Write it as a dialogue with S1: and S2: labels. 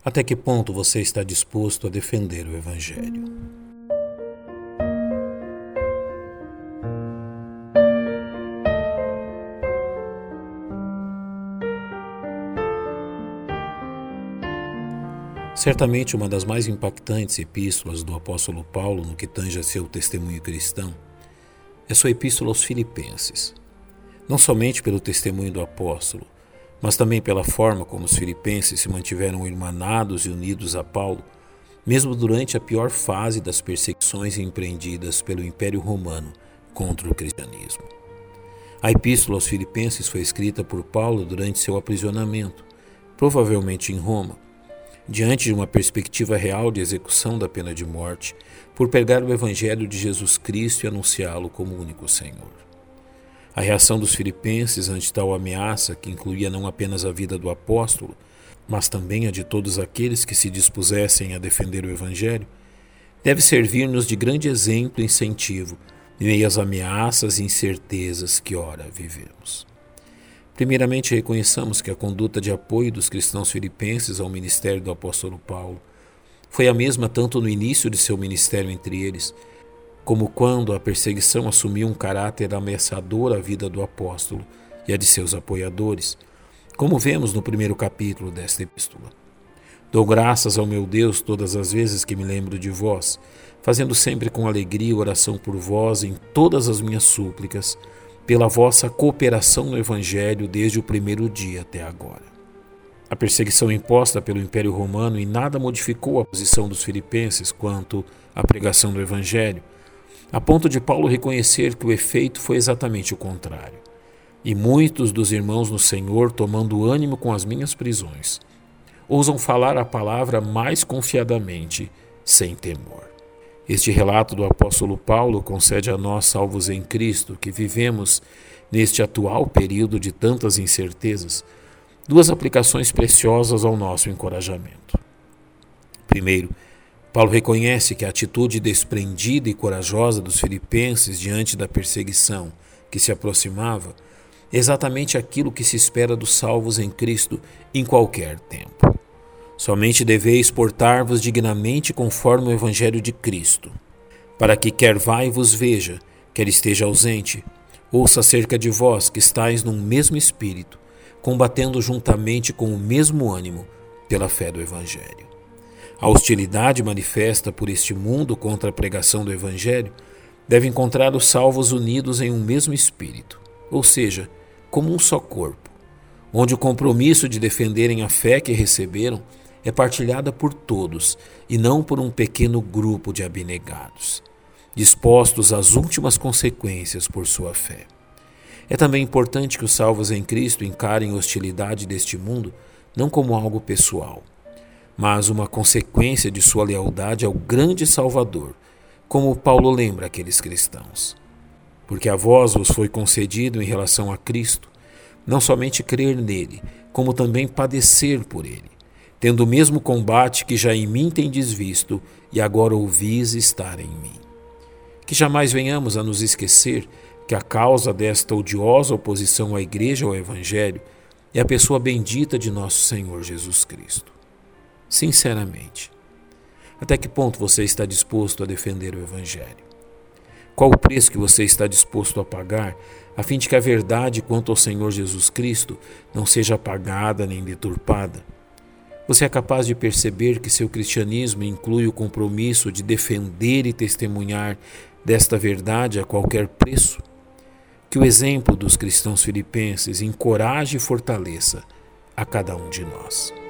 S1: Até que ponto você está disposto a defender o Evangelho? Certamente uma das mais impactantes epístolas do apóstolo Paulo no que tange a seu testemunho cristão é sua epístola aos Filipenses. Não somente pelo testemunho do apóstolo, mas também pela forma como os filipenses se mantiveram irmanados e unidos a Paulo, mesmo durante a pior fase das perseguições empreendidas pelo Império Romano contra o cristianismo. A epístola aos Filipenses foi escrita por Paulo durante seu aprisionamento, provavelmente em Roma, diante de uma perspectiva real de execução da pena de morte, por pregar o Evangelho de Jesus Cristo e anunciá-lo como único Senhor. A reação dos filipenses ante tal ameaça, que incluía não apenas a vida do apóstolo, mas também a de todos aqueles que se dispusessem a defender o Evangelho, deve servir-nos de grande exemplo e incentivo em meio às ameaças e incertezas que ora vivemos. Primeiramente, reconheçamos que a conduta de apoio dos cristãos filipenses ao ministério do apóstolo Paulo foi a mesma tanto no início de seu ministério entre eles, como quando a perseguição assumiu um caráter ameaçador à vida do apóstolo e a de seus apoiadores, como vemos no primeiro capítulo desta epístola. Dou graças ao meu Deus todas as vezes que me lembro de vós, fazendo sempre com alegria oração por vós em todas as minhas súplicas, pela vossa cooperação no Evangelho desde o primeiro dia até agora. A perseguição imposta pelo Império Romano em nada modificou a posição dos filipenses quanto à pregação do Evangelho, a ponto de Paulo reconhecer que o efeito foi exatamente o contrário. E muitos dos irmãos no Senhor, tomando ânimo com as minhas prisões, ousam falar a palavra mais confiadamente, sem temor. Este relato do apóstolo Paulo concede a nós, salvos em Cristo, que vivemos neste atual período de tantas incertezas, duas aplicações preciosas ao nosso encorajamento. Primeiro, Paulo reconhece que a atitude desprendida e corajosa dos filipenses diante da perseguição que se aproximava é exatamente aquilo que se espera dos salvos em Cristo em qualquer tempo. Somente deveis portar-vos dignamente conforme o Evangelho de Cristo, para que quer vá e vos veja, quer esteja ausente, ouça acerca de vós que estáis num mesmo espírito, combatendo juntamente com o mesmo ânimo pela fé do Evangelho. A hostilidade manifesta por este mundo contra a pregação do Evangelho deve encontrar os salvos unidos em um mesmo espírito, ou seja, como um só corpo, onde o compromisso de defenderem a fé que receberam é partilhada por todos e não por um pequeno grupo de abnegados, dispostos às últimas consequências por sua fé. É também importante que os salvos em Cristo encarem a hostilidade deste mundo não como algo pessoal, mas uma consequência de sua lealdade ao grande Salvador, como Paulo lembra aqueles cristãos. Porque a vós vos foi concedido em relação a Cristo, não somente crer nele, como também padecer por ele, tendo o mesmo combate que já em mim tendes visto e agora ouvis estar em mim. Que jamais venhamos a nos esquecer que a causa desta odiosa oposição à Igreja ao Evangelho é a pessoa bendita de nosso Senhor Jesus Cristo. Sinceramente, até que ponto você está disposto a defender o Evangelho? Qual o preço que você está disposto a pagar a fim de que a verdade quanto ao Senhor Jesus Cristo não seja apagada nem deturpada? Você é capaz de perceber que seu cristianismo inclui o compromisso de defender e testemunhar desta verdade a qualquer preço? Que o exemplo dos cristãos filipenses encoraje e fortaleça a cada um de nós.